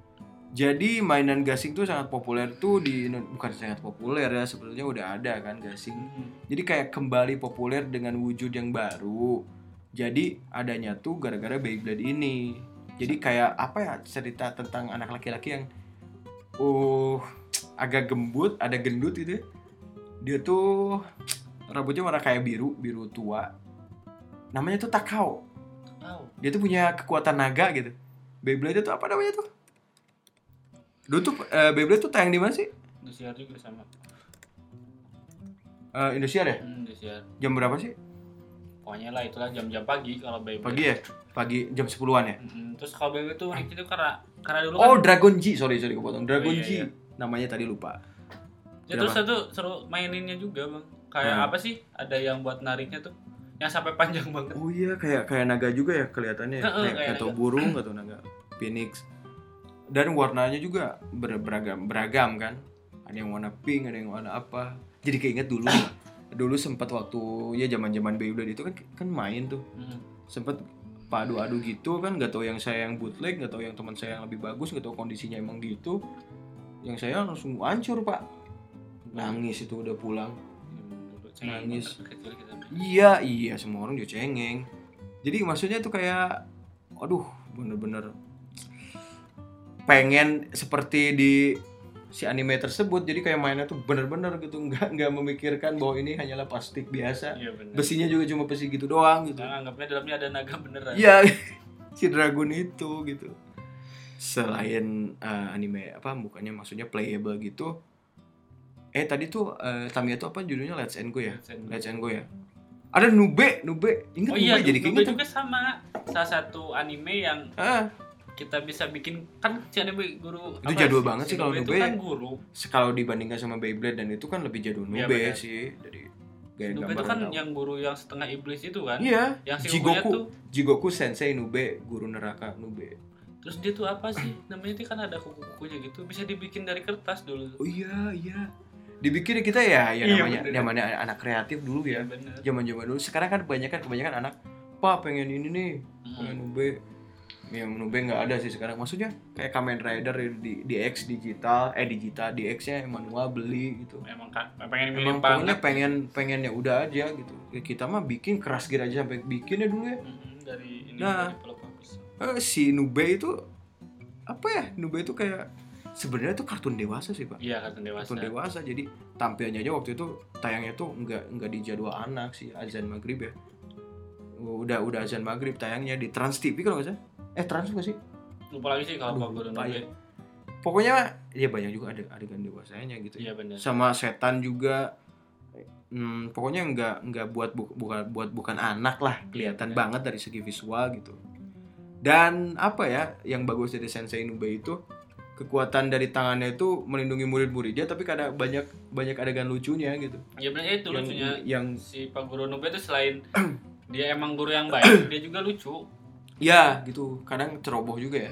Jadi mainan gasing tuh sangat populer tuh di Indo- bukan sangat populer ya, sebetulnya udah ada kan gasing. Hmm. Jadi kayak kembali populer dengan wujud yang baru. Jadi adanya tuh gara-gara Beyblade ini. Jadi kayak apa ya, cerita tentang anak laki-laki yang uh agak gembut, ada gendut gitu ya. Dia tuh rambutnya warna kayak biru, biru tua. Namanya tuh Takao. Tahu. Dia tuh punya kekuatan naga gitu. Beyblade itu apa namanya tuh? Dulu tuh eh, Beyblade tuh tayang di mana sih? Indosiar juga sama. Eh, Indosiar ya? Hmm, Indosiar. Jam berapa sih? pokoknya lah itulah jam-jam pagi kalau Beyblade. Pagi ya? Pagi jam sepuluhan ya? Mm-mm. Terus kalau Beyblade tuh unik itu karena karena dulu Oh, kan Dragon G. Sorry, sorry kepotong. Dragon Oh, iya, G. iya. Namanya tadi lupa. ya, terus satu seru maininnya juga bang. Kayak Hmm. apa sih? Ada yang buat nariknya tuh yang sampai panjang banget. Oh iya, kayak kayak naga juga ya kelihatannya. Heeh, Kayak kayak atau naga. burung atau naga. Phoenix. Dan warnanya juga ber- beragam beragam kan. Ada yang warna pink, ada yang warna apa. Jadi keinget dulu. Dulu sempat waktu ya zaman-zaman Beyblade itu kan kan main tuh. Mm. Sempet padu-adu gitu kan, nggak tahu yang saya yang bootleg, nggak tahu yang teman saya yang lebih bagus, nggak tahu kondisinya emang gitu. Yang saya langsung hancur pak, nangis itu udah pulang. Cengeng Nangis. banget kecil kita. Iya iya semua orang juga cengeng. Jadi maksudnya tuh kayak, aduh bener-bener pengen seperti di si anime tersebut. Jadi kayak mainnya tuh bener-bener gitu, nggak nggak memikirkan bahwa ini hanyalah plastik biasa. Iya benar. Besinya juga cuma besi gitu doang gitu. Nah, anggapnya dalamnya ada naga beneran. Iya, si dragon itu gitu. Selain uh, anime apa mukanya maksudnya playable gitu. Eh tadi tuh uh, Tamiya tuh apa judulnya Let's and Go ya? Let's and Go. Let's and Go ya. Ada Nube, Nube. Ingat Oh iya, Nube jadi Nube keinget. juga sama salah satu anime yang Ah, kita bisa bikin kan si anime guru Itu jadul banget sih kalau itu Nube. kan guru. kalau dibandingkan sama Beyblade dan itu kan lebih jadul Iya, Nube benar. sih dari gaya Nube gambar itu kan tahu. yang guru yang setengah iblis itu kan. Iya, Yang si ibunya Jigoku, tuh Jigoku Sensei Nube, guru neraka Nube. terus dia tuh apa sih? Namanya itu kan ada kuku-kukunya gitu, bisa dibikin dari kertas dulu. Oh iya, iya. Dibikin kita ya, ya Iya, namanya, bener. namanya anak kreatif dulu ya. Iya bener. Zaman-zaman dulu. Sekarang kan kebanyakan kebanyakan anak, "Pak, pengen ini nih, pengen Hmm. Nube." Yang Nube nggak ada sih sekarang. Maksudnya kayak Kamen Rider di di X digital, eh digital, di X-nya manual beli gitu. Emang kan pengen Emang mirip pokoknya banget. pengen pengen ya udah aja gitu. Ya, kita mah bikin keras gear aja sampai bikin ya dulu ya. Mm-mm, dari ini Nah. dari pelopor. Eh, si Nube itu apa ya? Nube itu kayak sebenarnya itu kartun dewasa sih pak. Iya kartun dewasa. Kartun dewasa jadi tampilnya aja waktu itu tayangnya tuh nggak nggak di jadwal anak sih azan maghrib ya. Udah udah azan maghrib tayangnya di Trans T V kalau nggak salah. Eh Trans nggak sih? Lupa lagi sih kalau Aduh, Pak Guru lupa Nube. ya. Pokoknya ya banyak juga ada adegan dewasanya gitu. Iya benar. Sama setan juga. Hmm, pokoknya nggak nggak buat bu- bukan buat bukan anak lah kelihatan Iya. banget dari segi visual gitu. Dan apa ya yang bagus dari Sensei Nube itu kekuatan dari tangannya itu melindungi murid-muridnya tapi kadang banyak banyak adegan lucunya gitu. Iya benar itu Yang- lucunya. yang Si Pak Guru Nube itu selain dia emang guru yang baik, dia juga lucu. ya gitu kadang ceroboh juga ya.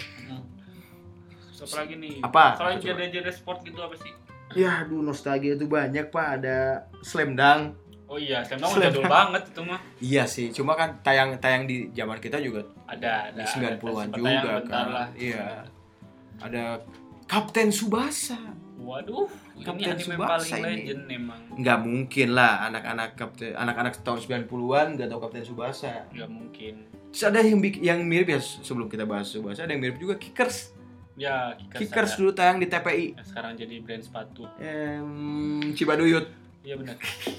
Terus apa lagi nih? Apa? Kalau Apa coba? genre-genre sport gitu apa sih? Ya aduh nostalgia itu banyak pak, ada Slam Dunk. Oh iya, Slam Dunk Slam jadul Dunk. banget itu mah. Iya sih, cuma kan tayang-tayang di zaman kita juga Ada, ada. di sembilan puluhan ada, juga sempat tayang bentar kan. lah. Iya. Ada Kapten Tsubasa. Waduh, Kapten ini anime Tsubasa paling ini. legend emang. Nggak mungkin lah anak-anak Kapten anak-anak tahun sembilan puluhan nggak tahu Kapten Tsubasa. Gak mungkin. Terus ada yang bik- yang mirip ya sebelum kita bahas Tsubasa ada yang mirip juga Kickers. Ya, Kickers, Kickers ada. dulu tayang di T P I. Yang sekarang jadi brand sepatu. Em, Cibaduyut. Iya benar.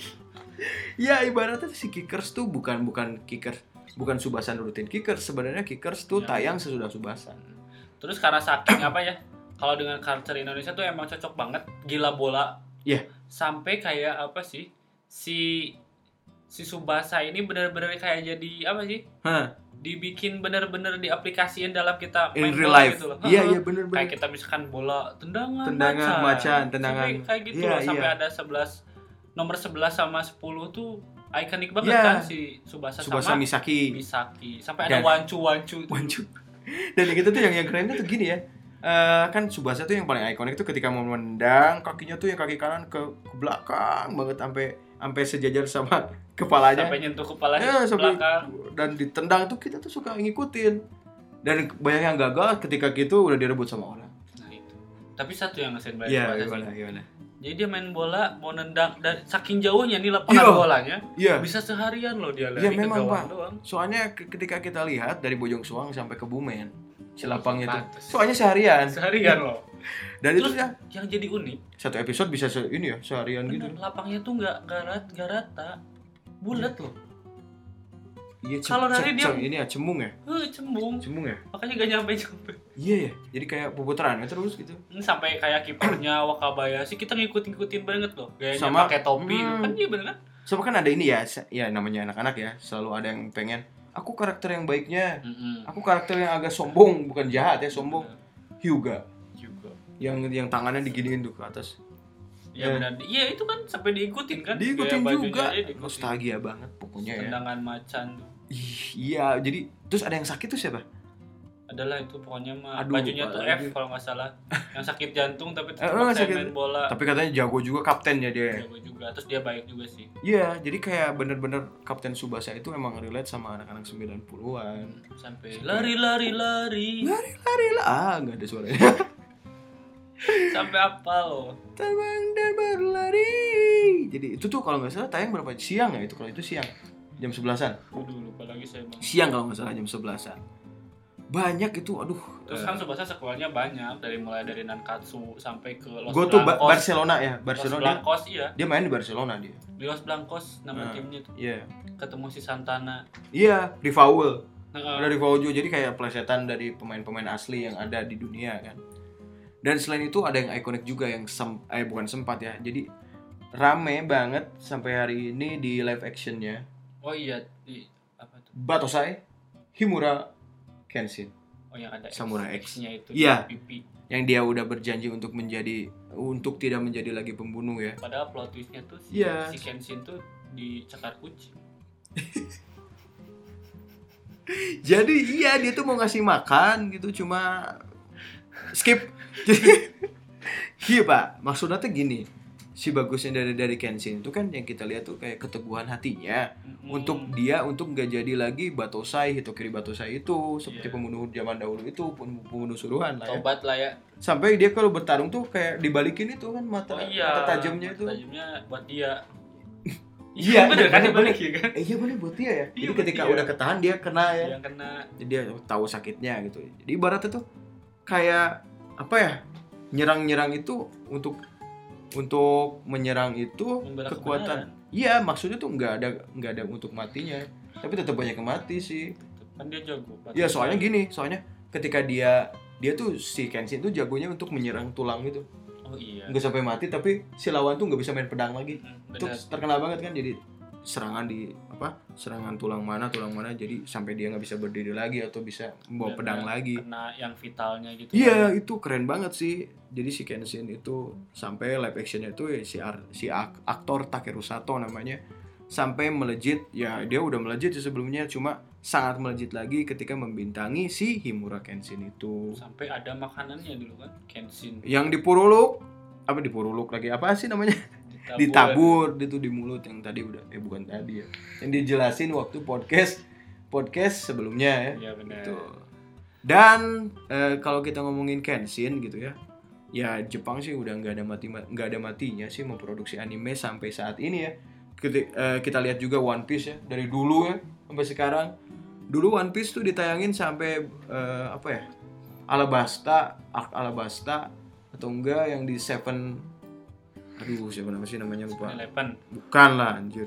Ya ibaratnya si Kickers tuh bukan bukan Kickers bukan Tsubasa nurutin Kickers, sebenarnya Kickers tuh Ya. tayang sesudah Tsubasa. Terus karena saking apa ya? Kalau dengan culture Indonesia tuh emang cocok banget, gila bola. Iya. Sampai kayak apa sih? Si si Tsubasa ini benar-benar kayak jadi apa sih? Hah, Dibikin benar-benar diaplikasiin dalam kita in main real bola life. gitu loh. Iya Heeh. iya bener Kayak bener. kita misalkan bola tendangan, Tendangan macan, tendangan. Sampai kayak gitu Iya, loh, sampai iya. ada sebelas nomor sebelas sama sepuluh tuh ikonik banget Iya. kan si Tsubasa, Tsubasa sama Misaki. Misaki. Sampai Dan- ada wancu-wancu. Wancu. Dan yang itu tuh yang yang kerennya tuh gini ya. Eh, kan Tsubasa tuh yang paling ikonik tuh ketika mau menendang kakinya tuh yang kaki kanan ke, ke belakang banget sampai sampai sejajar sama kepalanya. Sampai nyentuh kepalanya Ya, ke sampai- belakang. Dan ditendang tuh kita tuh suka ngikutin. Dan banyak yang gagal ketika gitu udah direbut sama orang. Nah itu. Tapi satu yang ngesen banget Iya, Tsubasa sih. gimana gimana. Jadi dia main bola mau nendang dan saking jauhnya nih lapangan Iya. bolanya Iya. bisa seharian loh dia lari Iya ke memang gawang Pak. doang. Soalnya ke- ketika kita lihat dari Bojong Soang sampai ke Bumen, si lapangnya tuh. Pantes. Soalnya seharian. Seharian loh. Dan itu Terus ya yang jadi unik, satu episode bisa se- ini ya seharian gitu. bener, lapangnya tuh nggak garat garata, bulat loh. Iya, ce- Kalau ce- nari dia- ce- ini ya cemung ya, Huh, cembung. cemung ya. Makanya gak nyampe nyampe. Iya ya, jadi kayak puputarannya terus gitu. Ini sampai kayak kipernya Wakabayashi kita ngikut-ngikutin banget loh. Gayanya Sama- pakai topi, Hmm. kan dia bener kan? Sama kan ada ini ya, se- ya namanya anak-anak ya, selalu ada yang pengen aku karakter yang baiknya, Mm-mm. aku karakter yang agak sombong, bukan jahat ya, sombong. Hyuga Juga. yang yang tangannya diginiin tuh ke atas. Ya Ya. benar. Iya itu kan sampai diikutin kan. Diikutin Gaya bajunya juga. aja diikutin. Nostalgia banget pokoknya ya. Tendangan macan tuh. Ih, iya, jadi terus ada yang sakit tuh siapa? Adalah itu pokoknya mah Aduh, bajunya tuh apalagi. F kalau nggak salah. Yang sakit jantung tapi Eh, tetap eh, maksa sakit. main bola. Tapi katanya jago juga kaptennya dia. Jago juga. Terus dia baik juga sih. Iya, jadi kayak bener-bener Kapten Tsubasa itu emang relate sama anak-anak sembilan puluhan. Sampai lari-lari lari. Lari-lari lah, ah nggak ada suaranya. Sampai apa loh? Terbang dan berlari. Jadi itu tuh kalau nggak salah tayang berapa siang ya itu kalau itu siang jam sebelasan. Waduh lupa lagi saya bang. Siang kalau nggak salah jam sebelasan. Banyak itu, aduh. Terus kan Tsubasa sekolahnya banyak dari mulai dari Nankatsu sampai ke Los Gue tuh ba- Blancos. Barcelona ya, Los Barcelona. Dia, Blancos iya. dia main di Barcelona dia. Di Los Blancos nama Nah, timnya tuh. Iya. Ketemu si Santana. Iya, Rivaul. Nah, Ada Rivaul juga, jadi kayak plesetan dari pemain-pemain asli yang ada di dunia kan. Dan selain itu ada yang ikonik juga yang sem eh bukan sempat ya. Jadi rame banget sampai hari ini di live actionnya oh iya di apa tuh? Batosai Himura Kenshin. Oh yang ada Samurai X. X-nya itu Iya. di pipi. Yang dia udah berjanji untuk menjadi untuk tidak menjadi lagi pembunuh ya. Padahal plot twistnya tuh si, Iya. si Kenshin tuh dicekar kucing. Jadi iya dia tuh mau ngasih makan gitu cuma skip. Jadi iya pak, maksudnya tuh gini, si bagusnya dari dari Kenshin itu kan yang kita lihat tuh kayak keteguhan hatinya Hmm. untuk dia untuk nggak jadi lagi Batosai Hitokiri Batosai itu seperti Iya. pembunuh zaman dahulu itu pem- pembunuh suruhan lah ya. tobat lah ya. Sampai dia kalau bertarung tuh kayak dibalikin itu kan mata, Oh iya. mata tajamnya itu. Mata tajamnya buat dia. Iya, bener kan bener, dibalik bener. ya kan? Eh, iya bener buat dia ya. Iya, Jadi buat ketika dia. udah ketahan dia kena ya. Yang kena Jadi dia tahu sakitnya gitu. Jadi ibaratnya tuh kayak apa ya? Nyerang-nyerang itu untuk untuk menyerang itu membela kekuatan. kebenaran. Iya, maksudnya tuh nggak ada nggak ada untuk matinya. Tapi tetap banyak yang mati sih. Kan dia jago. Iya, soalnya gini, soalnya ketika dia dia tuh si Kenshin tuh jagonya untuk menyerang tulang gitu. Oh iya. Nggak sampai mati tapi si lawan tuh nggak bisa main pedang lagi. Hmm, Itu benar. terkenal banget kan, jadi serangan di apa serangan tulang mana tulang mana jadi sampai dia nggak bisa berdiri lagi atau bisa membawa Dan pedang kena- lagi. Kena yang vitalnya gitu. Iya, itu keren banget sih. Jadi si Kenshin itu sampai live actionnya itu ya, si ar- si ak- aktor Takeru Sato namanya sampai melejit ya, dia udah melejit sih sebelumnya, cuma sangat melejit lagi ketika membintangi si Himura Kenshin itu Sampai ada makanannya dulu kan, Kenshin. yang dipuruluk apa dipuruluk lagi apa sih namanya ditabur itu di mulut yang tadi udah eh bukan tadi ya yang dijelasin waktu podcast podcast sebelumnya ya. Iya benar. Gitu. Dan eh, kalau kita ngomongin Kenshin gitu ya, ya Jepang sih udah nggak ada mati nggak ada matinya sih memproduksi anime sampai saat ini ya. Kita, eh, kita lihat juga One Piece ya dari dulu ya sampai sekarang. Dulu One Piece tuh ditayangin sampai eh, apa ya? Alabasta, Arc Alabasta atau enggak yang di Seven. Aduh, siapa nama sih namanya lupa. Eleven. Bukan lah anjir.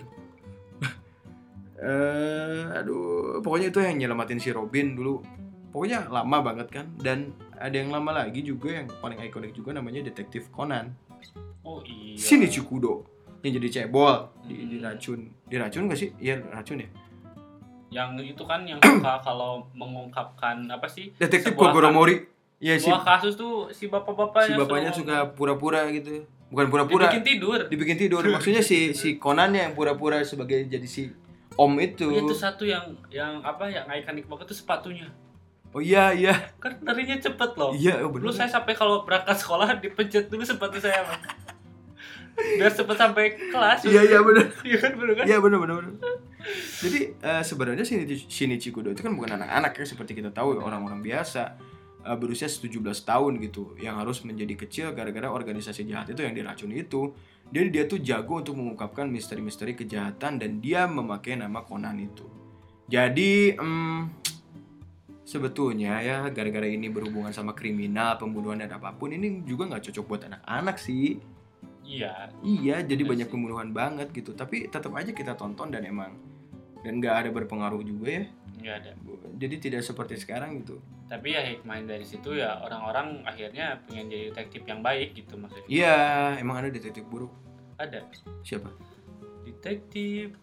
eh aduh, pokoknya itu yang nyelamatin si Robin dulu. Pokoknya lama banget kan. Dan ada yang lama lagi juga yang paling ikonik juga namanya Detektif Conan. Oh iya. Shinichi Kudo yang jadi cebol di, Hmm. diracun. Diracun gak sih? Iya, racun ya. Yang itu kan yang suka kalau mengungkapkan apa sih? Detektif sebuah Kogoro ka- Mori. Iya si, Sebuah kasus tuh si bapak-bapaknya si bapaknya suka pura-pura gitu. Bukan pura-pura. dibikin tidur. Dibikin tidur. Maksudnya si si Conannya yang pura-pura sebagai jadi si om itu. Iya, itu satu yang yang apa yang ikonik banget tuh sepatunya. Oh iya iya. Kan larinya cepet loh. Iya, oh, Dulu bener. saya sampai kalau berangkat sekolah dipencet dulu sepatu saya, Bang. Biar cepet sampai kelas. Iya iya benar. Iya kan bener kan? Iya benar benar benar. Jadi eh, sebenarnya Shinichi, Shinichi Kudo itu kan bukan anak-anak ya seperti kita tahu orang-orang biasa eh, berusia tujuh belas tahun gitu yang harus menjadi kecil gara-gara organisasi jahat itu yang diracun itu. Jadi dia tuh jago untuk mengungkapkan misteri-misteri kejahatan dan dia memakai nama Conan itu. Jadi em, sebetulnya ya gara-gara ini berhubungan sama kriminal, pembunuhan dan apapun ini juga nggak cocok buat anak-anak sih. Iya. Iya, jadi Iya banyak sih. pembunuhan banget gitu. Tapi tetap aja kita tonton dan emang dan nggak ada berpengaruh juga ya. Nggak ada. Jadi tidak seperti sekarang gitu. Tapi ya hikmah dari situ ya orang-orang akhirnya pengen jadi detektif yang baik gitu maksudnya. Iya, emang ada detektif buruk. Ada Siapa? detektif.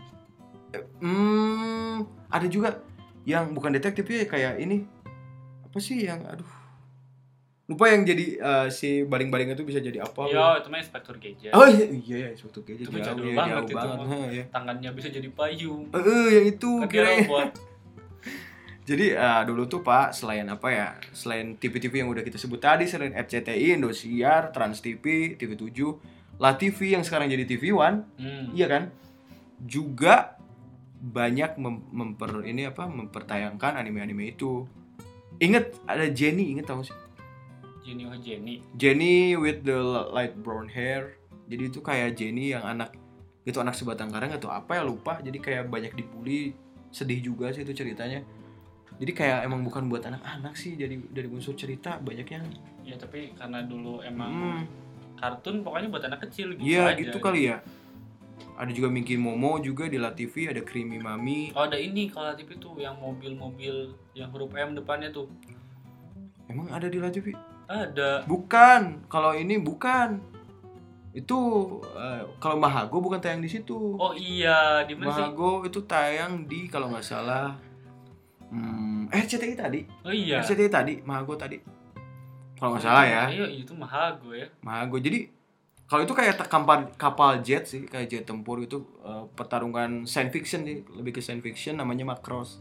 Hmm, ada juga yang bukan detektif ya, kayak ini apa sih yang aduh lupa yang jadi eh, si baling-baling itu bisa jadi apa? Yo, itu mah Inspektur Gadget. Oh iya iya ya, suatu gadget Itu jauh, jadul ya, banget jauh itu banget. mah. Ha, ya. Tangannya bisa jadi payung. Eh, eh, yang itu Kan dia kira. robot. Jadi eh, dulu tuh Pak, selain apa ya? Selain T V-T V yang udah kita sebut tadi, selain R C T I, Indosiar, Trans T V, T V tujuh, La T V yang sekarang jadi T V One, Hmm. iya kan? Juga banyak mem- memper ini apa? Mempertayangkan anime-anime itu. Ingat ada Jenny, inget tau gak sih? Jenny oh Jenny. Jenny with the light brown hair. Jadi itu kayak Jenny yang anak itu anak sebatang kara atau apa ya lupa. Jadi kayak banyak dibully, sedih juga sih itu ceritanya. Jadi kayak emang bukan buat anak-anak sih, jadi dari unsur cerita banyaknya. Ya tapi karena dulu emang Hmm, kartun pokoknya buat anak kecil gitu iya aja. gitu kali ya. Ada juga Minky Momo juga di La T V, ada Creamy Mami. Oh ada ini kalau T V tuh yang mobil-mobil yang huruf M depannya tuh. Emang ada di La T V? Ada. Bukan, kalau ini bukan. Itu eh, kalau Mahago bukan tayang di situ. Oh iya, di mana sih? Mahago itu tayang di kalau nggak salah hmm, R C T I tadi. Oh iya. R C T I tadi, Mahago tadi. Kalau nggak salah ya. Iya, itu Mahago ya. Mahago. Jadi kalau itu kayak te- kapal kapal jet sih, kayak jet tempur itu eh, pertarungan science fiction sih, lebih ke science fiction namanya Macross.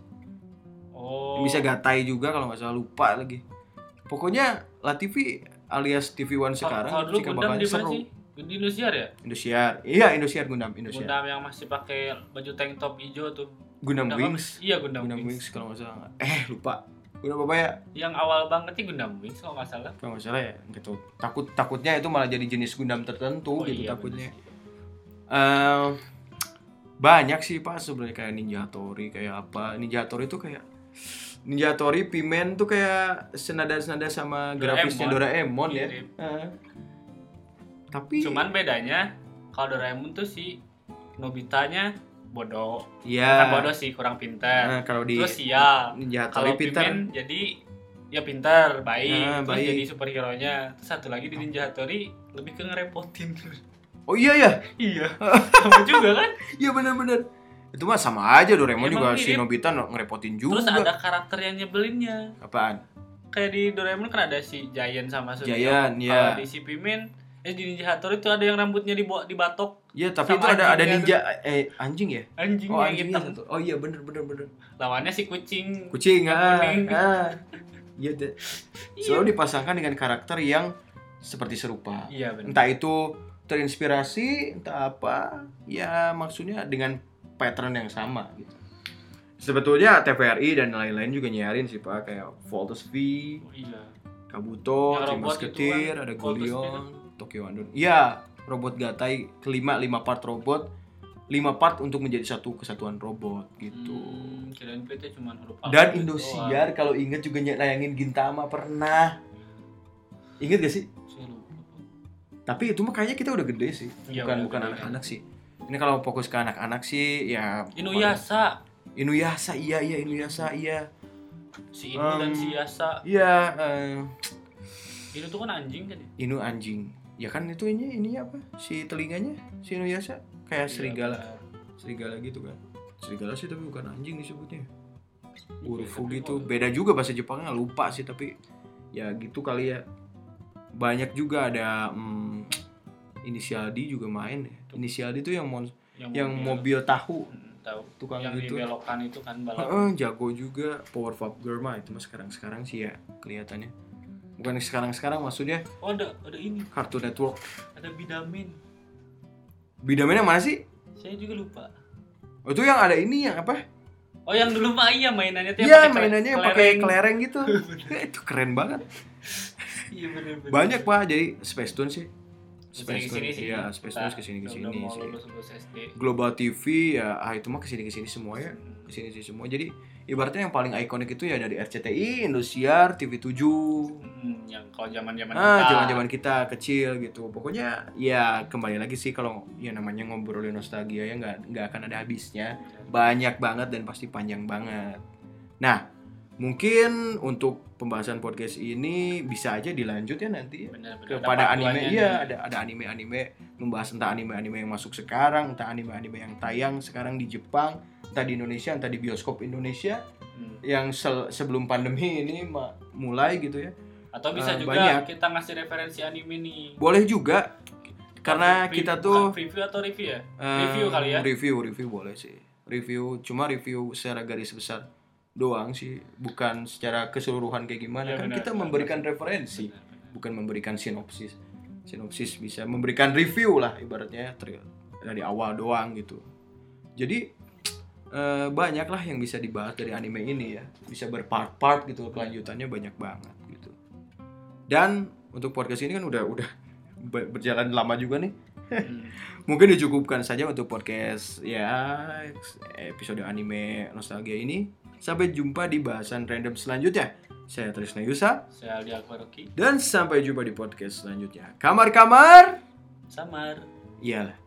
Oh. Bisa gatai juga kalau nggak salah, lupa lagi. Pokoknya La T V alias T V One sekarang Kalau dulu jika Gundam bakal di mana seru. sih? Di Indosiar ya? Indosiar. Iya, Indosiar Gundam, Indosiar. Gundam yang masih pakai baju tank top hijau tuh. Gundam, Gundam Wings. apa? Iya, Gundam, Gundam Wings. Wings kalau nggak salah. Eh, lupa. Gundam apa ya? Yang awal banget sih Gundam Wings kalau nggak salah. Kalau nggak salah ya, gitu. Takut takutnya itu malah jadi jenis Gundam tertentu Oh gitu iya, takutnya. bener sih. Eh, banyak sih Pak sebenarnya, kayak Ninja Hattori kayak apa. Ninja Hattori itu kayak Ninja Hattori Pimen tuh kayak senada-senada sama grafisnya Doraemon ya. Mirip. Eh. Tapi Cuman bedanya kalau Doraemon tuh si Nobitanya bodoh. ya Bukan bodoh sih, kurang pintar. nah, kalau di Terus sial. Ninja Hattori Kalau pintar. Pimen jadi ya pintar, baik, Ah, terus baik. jadi superhero-nya. Terus satu lagi di Ninja Hattori lebih ke ngerepotin. Oh iya ya. Iya. Sama juga kan? Iya benar-benar. Itu mah sama aja Doraemon Emang juga mirip. si Nobita no- ngerepotin juga. Terus ada karakter yang nyebelinnya. Apaan? Kayak di Doraemon kan ada si Giant sama Suneo. Giant, Kalau ya. di si Pimen, eh di Ninja Hattori itu ada yang rambutnya dibawa dibatok. Iya, tapi Sama itu ada ada anjingnya ninja eh anjing ya? Anjing Oh, yang anjingnya hitam. satu. Oh iya bener bener bener. Lawannya si kucing. Kucing yang ah. kuning. ah. Iya, deh. Selalu dipasangkan dengan karakter yang seperti serupa. Iya benar. Entah itu terinspirasi, entah apa. Ya maksudnya dengan pattern yang sama gitu. Sebetulnya T V R I dan lain-lain juga nyiarin sih Pak, kayak Voltes V, Oh iya. Kabuto, Yang Three robot itu Musketeer, kan, ada Voltes V Golion, Tokyo Andon. Iya, robot Gatai kelima, lima part robot, lima part untuk menjadi satu kesatuan robot gitu. Hmm, kirain P T cuma huruf Dan alfabet Indosiar kalau inget juga nayangin Gintama pernah. Inget gak sih? doang. Saya lupa. Tapi itu mah kayaknya kita udah gede sih, Iya, bukan udah bukan gede. anak-anak sih. Ini kalau fokus ke anak-anak sih ya Inuyasha. Inuyasha iya iya Inuyasha iya. Si Inu dan Um, si Yasa. Iya, eh, Inu tuh kan anjing kan ya? Inu anjing. Ya kan itu ini ini apa? Si telinganya si Inuyasha kayak Iya, serigala. benar. Serigala gitu kan. Serigala sih tapi bukan anjing disebutnya. Iya, Urufu tapi gitu. kok- Beda juga bahasa Jepangnya, lupa sih tapi ya gitu kali ya. Banyak juga ada hmm, Inisial D juga main ya. Inisial D itu yang mon- yang mobil tahu. Hmm, tahu. Tukang yang gitu. dibelokkan itu kan balap. Heeh, jago juga. Powerpuff Girl mah itu mah sekarang-sekarang sih ya kelihatannya. Bukan sekarang-sekarang maksudnya Oh ada ada ini, Cartoon Network. ada Bidamin. Bidamen yang mana sih? Saya juga lupa. Oh, itu yang ada ini yang apa? Oh yang dulu mah iya mainannya tuh yang Iya, pakai mainannya yang pakai kelereng gitu. Itu keren banget. Iya benar benar. Banyak Pak, jadi Space Tune sih. Kesini Space kesini Tune, sih. iya, Space Tune kesini Udah- kesini udah mau sih. lulus lulus S D. Global T V ya, ah itu mah kesini kesini semua ya, kesini sini semua. Jadi ibaratnya yang paling ikonik itu ya dari R C T I, Indosiar, T V tujuh. Hmm, yang kalau zaman zaman Ah, zaman-zaman kita kecil gitu. Pokoknya ya kembali lagi sih kalau ya namanya ngobrolin nostalgia ya nggak nggak akan ada habisnya. Banyak banget dan pasti panjang banget. Nah, Mungkin untuk pembahasan podcast ini bisa aja dilanjut ya nanti ya. Benar-benar. Kepada Ada anime, panduannya iya nih. ada ada anime-anime membahas tentang anime-anime yang masuk sekarang, entah anime-anime yang tayang sekarang di Jepang, entah di Indonesia, entah di bioskop Indonesia Hmm. yang sel- sebelum pandemi ini ma- mulai gitu ya. Atau bisa Eh, juga banyak. kita ngasih referensi anime nih. Boleh juga karena Review- kita bukan tuh preview atau review ya? eh, Review kali ya. Review, review boleh sih. Review, cuma review secara garis besar doang sih, bukan secara keseluruhan kayak gimana. Iya, Kan benar, kita benar, memberikan benar. referensi, Benar, benar. bukan memberikan sinopsis. Sinopsis bisa memberikan review lah ibaratnya ter- dari awal doang gitu. Jadi eh, banyak lah yang bisa dibahas dari anime ini ya, bisa berpart-part gitu, kelanjutannya banyak banget gitu. Dan untuk podcast ini kan udah udah ber- berjalan lama juga nih. Hmm. Mungkin dicukupkan saja untuk podcast ya episode anime nostalgia ini. Sampai jumpa di bahasan random selanjutnya. Saya Trisna Yusa Saya Aldi Akbaroki. dan sampai jumpa di podcast selanjutnya. Kamar-kamar. Samar. Iyalah.